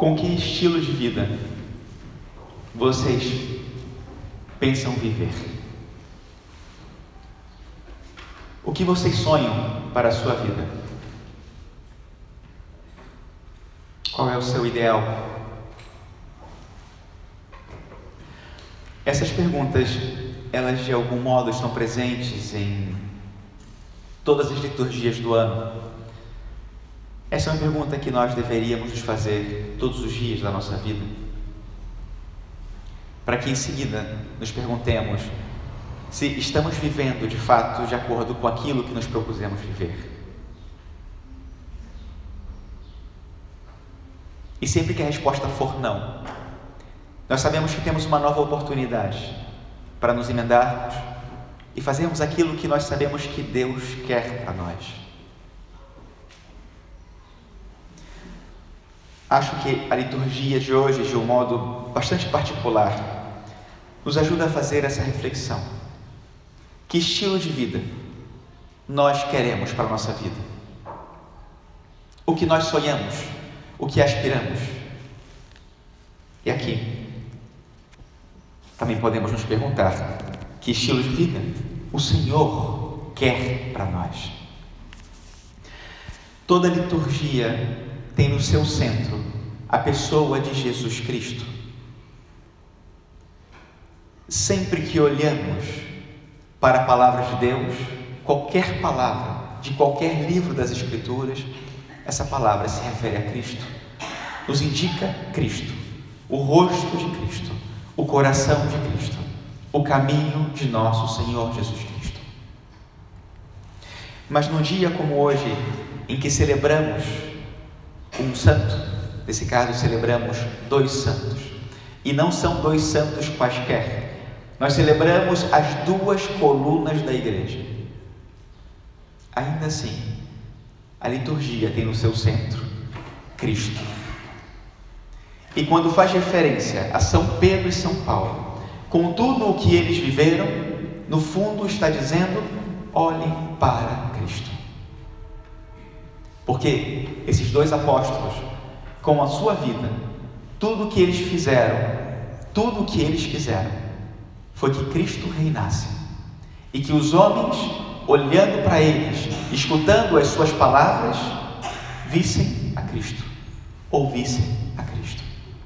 Com que estilo de vida vocês pensam viver? O que vocês sonham para a sua vida? Qual é o seu ideal? Essas perguntas, elas de algum modo estão presentes em todas as liturgias do ano. Essa é uma pergunta que nós deveríamos nos fazer todos os dias da nossa vida, para que em seguida nos perguntemos se estamos vivendo de fato de acordo com aquilo que nos propusemos viver. E sempre que a resposta for não, nós sabemos que temos uma nova oportunidade para nos emendarmos e fazermos aquilo que nós sabemos que Deus quer para nós. Acho que a liturgia de hoje, de um modo bastante particular, nos ajuda a fazer essa reflexão. Que estilo de vida nós queremos para a nossa vida? O que nós sonhamos? O que aspiramos? E aqui também podemos nos perguntar: que estilo de vida o Senhor quer para nós? Toda liturgia tem no seu centro a pessoa de Jesus Cristo. Sempre que olhamos para a palavra de Deus, qualquer palavra de qualquer livro das Escrituras, essa palavra se refere a Cristo, nos indica Cristo, o rosto de Cristo, o coração de Cristo, o caminho de nosso Senhor Jesus Cristo. Mas num dia como hoje, em que celebramos um santo, nesse caso celebramos 2 santos, e não são 2 santos quaisquer, nós celebramos as 2 colunas da igreja. Ainda assim, a liturgia tem no seu centro Cristo. E quando faz referência a São Pedro e São Paulo, com tudo o que eles viveram, no fundo está dizendo: olhem para Cristo. Porque esses 2 apóstolos, com a sua vida, tudo o que eles fizeram, tudo o que eles quiseram, foi que Cristo reinasse, e que os homens, olhando para eles, escutando as suas palavras, vissem a Cristo, ouvissem a Cristo.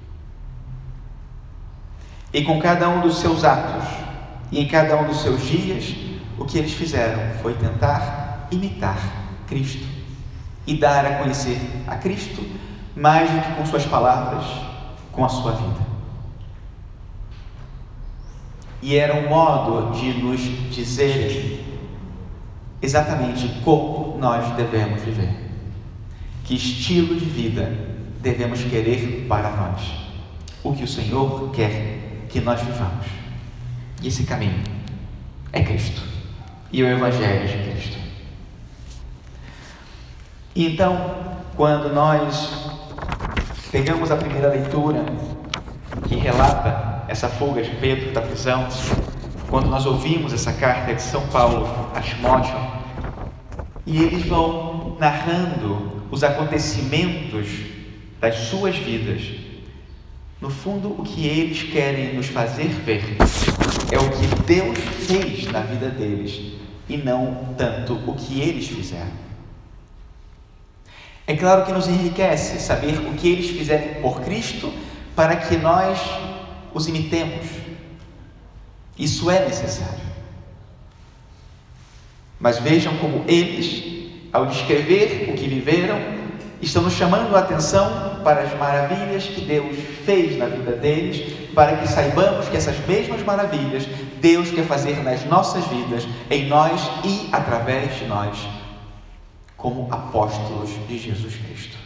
E com cada um dos seus atos, e em cada um dos seus dias, o que eles fizeram foi tentar imitar Cristo, e dar a conhecer a Cristo, mais do que com suas palavras, com a sua vida. E era um modo de nos dizerem exatamente como nós devemos viver, que estilo de vida devemos querer para nós, o que o Senhor quer que nós vivamos. E esse caminho é Cristo e o Evangelho de Cristo. E então, quando nós pegamos a primeira leitura que relata essa fuga de Pedro da prisão, quando nós ouvimos essa carta de São Paulo a Timóteo, e eles vão narrando os acontecimentos das suas vidas, no fundo o que eles querem nos fazer ver é o que Deus fez na vida deles e não tanto o que eles fizeram. É claro que nos enriquece saber o que eles fizeram por Cristo para que nós os imitemos. Isso é necessário. Mas vejam como eles, ao descrever o que viveram, estão nos chamando a atenção para as maravilhas que Deus fez na vida deles, para que saibamos que essas mesmas maravilhas Deus quer fazer nas nossas vidas, em nós e através de nós, como apóstolos de Jesus Cristo.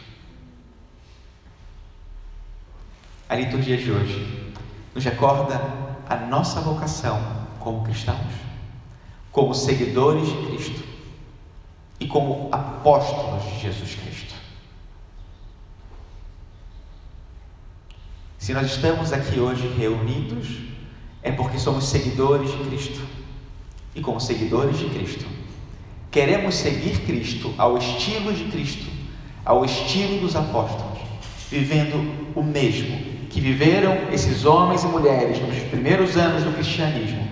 A liturgia de hoje nos recorda a nossa vocação como cristãos, como seguidores de Cristo e como apóstolos de Jesus Cristo. Se nós estamos aqui hoje reunidos, é porque somos seguidores de Cristo. E como seguidores de Cristo, queremos seguir Cristo ao estilo de Cristo, ao estilo dos apóstolos, vivendo o mesmo que viveram esses homens e mulheres nos primeiros anos do cristianismo,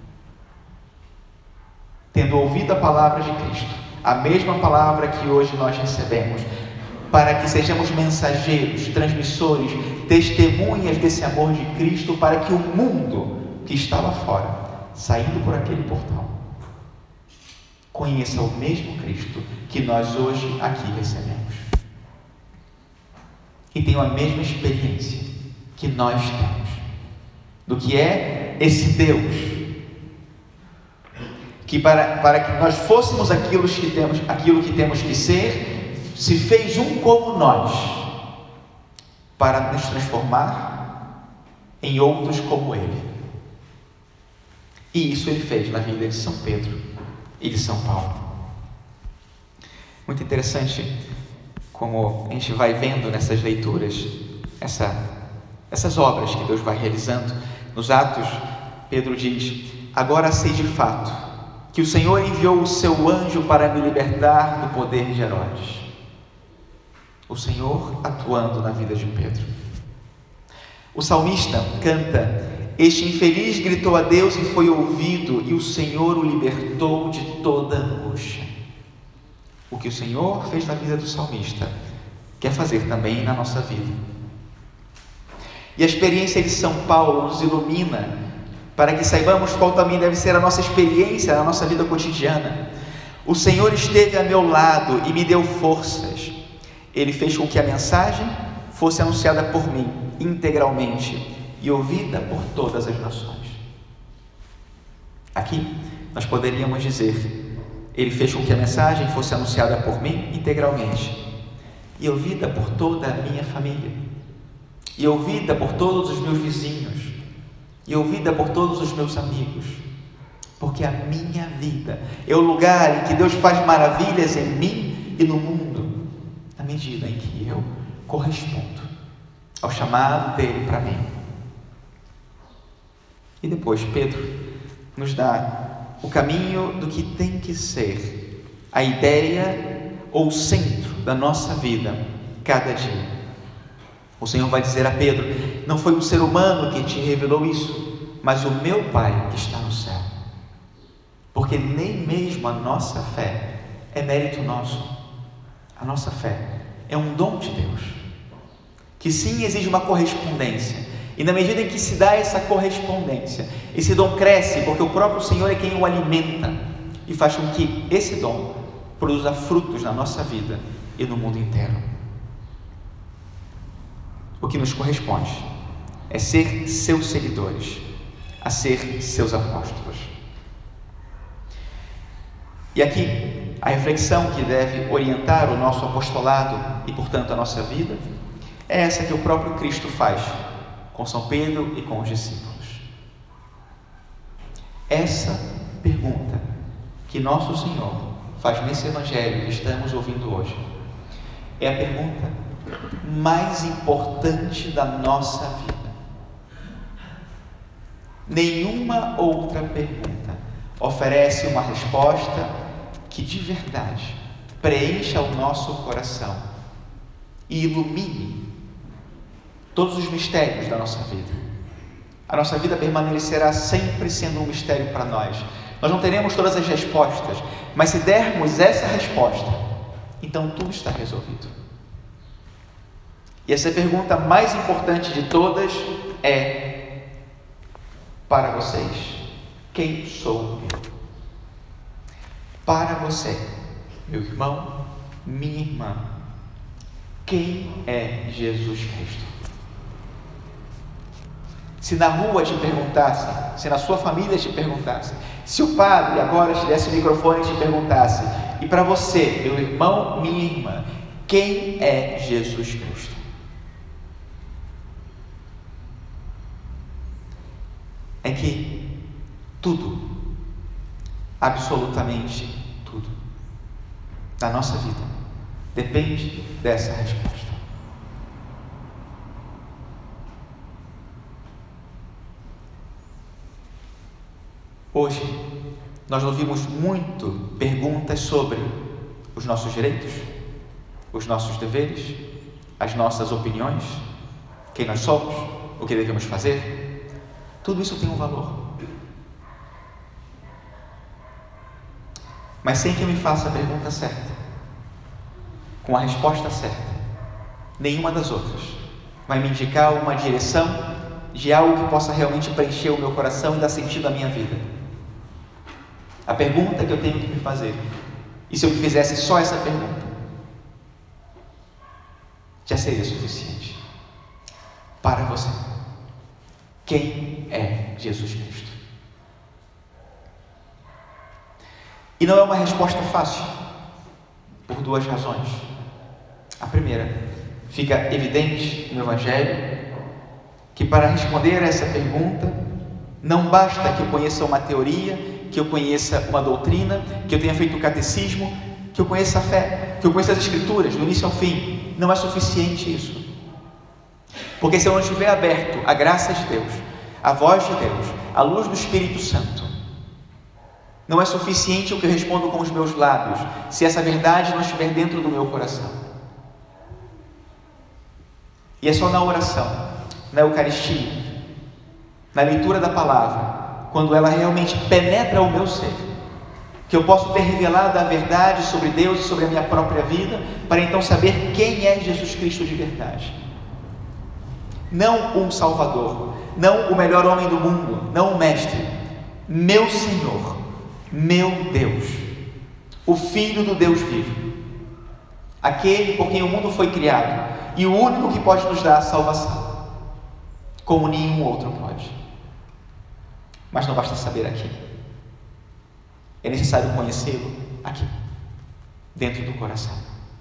tendo ouvido a palavra de Cristo, a mesma palavra que hoje nós recebemos, para que sejamos mensageiros, transmissores, testemunhas desse amor de Cristo, para que o mundo que está lá fora, saindo por aquele portal, conheça o mesmo Cristo que nós hoje aqui recebemos e tenha a mesma experiência que nós temos do que é esse Deus, que para que nós fôssemos aquilo que temos que ser, se fez um como nós, para nos transformar em outros como Ele. E isso Ele fez na vida de São Pedro e de São Paulo. Muito interessante como a gente vai vendo nessas leituras essas obras que Deus vai realizando. Nos Atos, Pedro diz: agora sei de fato que o Senhor enviou o seu anjo para me libertar do poder de Herodes. O Senhor atuando na vida de Pedro. O salmista canta: este infeliz gritou a Deus e foi ouvido, e o Senhor o libertou de toda angústia. O que o Senhor fez na vida do salmista, quer fazer também na nossa vida. E a experiência de São Paulo nos ilumina, para que saibamos qual também deve ser a nossa experiência na nossa vida cotidiana. O Senhor esteve a meu lado e me deu forças. Ele fez com que a mensagem fosse anunciada por mim integralmente e ouvida por todas as nações. Aqui nós poderíamos dizer: Ele fez com que a mensagem fosse anunciada por mim integralmente e ouvida por toda a minha família, e ouvida por todos os meus vizinhos, e ouvida por todos os meus amigos, porque a minha vida é o lugar em que Deus faz maravilhas em mim e no mundo, na medida em que eu correspondo ao chamado dele para mim. E depois Pedro nos dá o caminho do que tem que ser a ideia ou o centro da nossa vida cada dia. O Senhor vai dizer a Pedro: não foi um ser humano que te revelou isso, mas o meu Pai que está no céu. Porque nem mesmo a nossa fé é mérito nosso. A nossa fé é um dom de Deus, que sim exige uma correspondência. E na medida em que se dá essa correspondência, esse dom cresce, porque o próprio Senhor é quem o alimenta e faz com que esse dom produza frutos na nossa vida e no mundo inteiro. O que nos corresponde é ser seus seguidores, a ser seus apóstolos. E aqui, a reflexão que deve orientar o nosso apostolado e, portanto, a nossa vida, é essa que o próprio Cristo faz com São Pedro e com os discípulos. Essa pergunta que nosso Senhor faz nesse Evangelho que estamos ouvindo hoje é a pergunta mais importante da nossa vida. Nenhuma outra pergunta oferece uma resposta que de verdade preencha o nosso coração e ilumine todos os mistérios da nossa vida. A nossa vida permanecerá sempre sendo um mistério para nós. Nós não teremos todas as respostas, mas se dermos essa resposta, então tudo está resolvido. E essa pergunta mais importante de todas é: para vocês, quem sou eu? Para você, meu irmão, minha irmã, quem é Jesus Cristo? Se na rua te perguntassem, se na sua família te perguntassem, se o padre agora te desse o microfone e te perguntasse: e para você, meu irmão, minha irmã, quem é Jesus Cristo? É que tudo, absolutamente tudo, da nossa vida depende dessa resposta. Hoje, nós ouvimos muito perguntas sobre os nossos direitos, os nossos deveres, as nossas opiniões, quem nós somos, o que devemos fazer, tudo isso tem um valor. Mas sem que eu me faça a pergunta certa, com a resposta certa, nenhuma das outras vai me indicar uma direção de algo que possa realmente preencher o meu coração e dar sentido à minha vida. A pergunta que eu tenho que me fazer, e se eu me fizesse só essa pergunta, já seria suficiente para você. Quem é Jesus Cristo? E não é uma resposta fácil, por duas razões. A primeira, fica evidente no Evangelho que para responder a essa pergunta, não basta que eu conheça uma teoria, que eu conheça uma doutrina, que eu tenha feito o catecismo, que eu conheça a fé, que eu conheça as Escrituras, do início ao fim. Não é suficiente isso. Porque se eu não estiver aberto à graça de Deus, à voz de Deus, à luz do Espírito Santo, não é suficiente o que eu respondo com os meus lábios, se essa verdade não estiver dentro do meu coração. E é só na oração, na Eucaristia, na leitura da palavra, quando ela realmente penetra o meu ser, que eu posso ter revelado a verdade sobre Deus e sobre a minha própria vida, para então saber quem é Jesus Cristo de verdade. Não um Salvador, não o melhor homem do mundo, não o Mestre, meu Senhor, meu Deus, o Filho do Deus vivo, aquele por quem o mundo foi criado e o único que pode nos dar a salvação, como nenhum outro pode. Mas não basta saber aqui, é necessário conhecê-lo aqui, dentro do coração.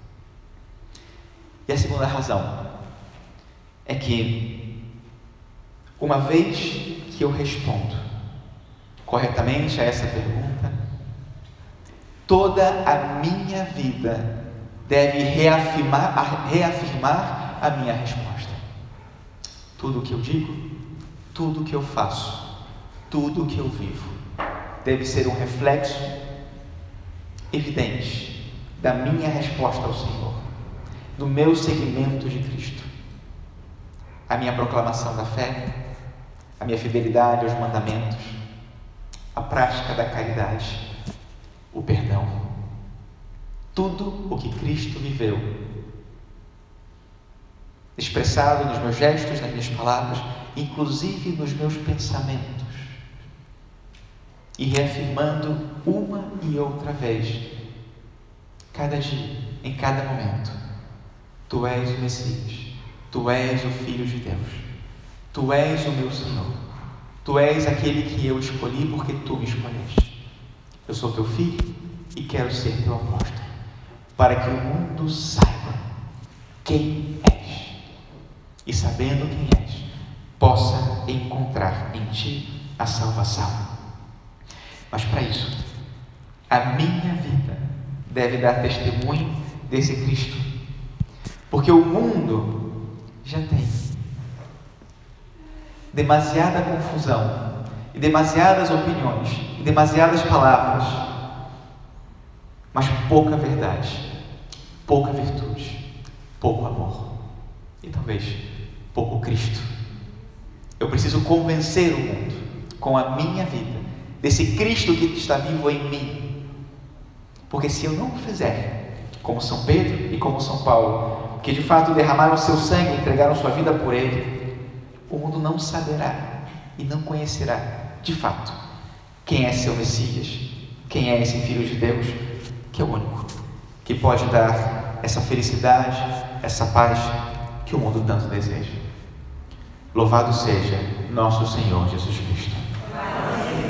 E a segunda razão é que, uma vez que eu respondo corretamente a essa pergunta, toda a minha vida deve reafirmar a minha resposta. Tudo o que eu digo, tudo o que eu faço, tudo o que eu vivo, deve ser um reflexo evidente da minha resposta ao Senhor, do meu seguimento de Cristo, a minha proclamação da fé, a minha fidelidade aos mandamentos, a prática da caridade, o perdão, tudo o que Cristo viveu, expressado nos meus gestos, nas minhas palavras, inclusive nos meus pensamentos, e reafirmando uma e outra vez, cada dia, em cada momento: Tu és o Messias, Tu és o Filho de Deus, Tu és o meu Senhor, Tu és aquele que eu escolhi porque Tu me escolheste. Eu sou Teu Filho e quero ser Teu apóstolo, para que o mundo saiba quem és, e sabendo quem és, possa encontrar em Ti a salvação. Mas para isso, a minha vida deve dar testemunho desse Cristo, porque o mundo já tem demasiada confusão, e demasiadas opiniões, e demasiadas palavras, mas pouca verdade, pouca virtude, pouco amor e talvez pouco Cristo. Eu preciso convencer o mundo com a minha vida desse Cristo que está vivo em mim, porque se eu não o fizer, como São Pedro e como São Paulo, que de fato derramaram seu sangue e entregaram sua vida por Ele, o mundo não saberá e não conhecerá de fato quem é seu Messias, quem é esse Filho de Deus, que é o único que pode dar essa felicidade, essa paz que o mundo tanto deseja. Louvado seja nosso Senhor Jesus Cristo.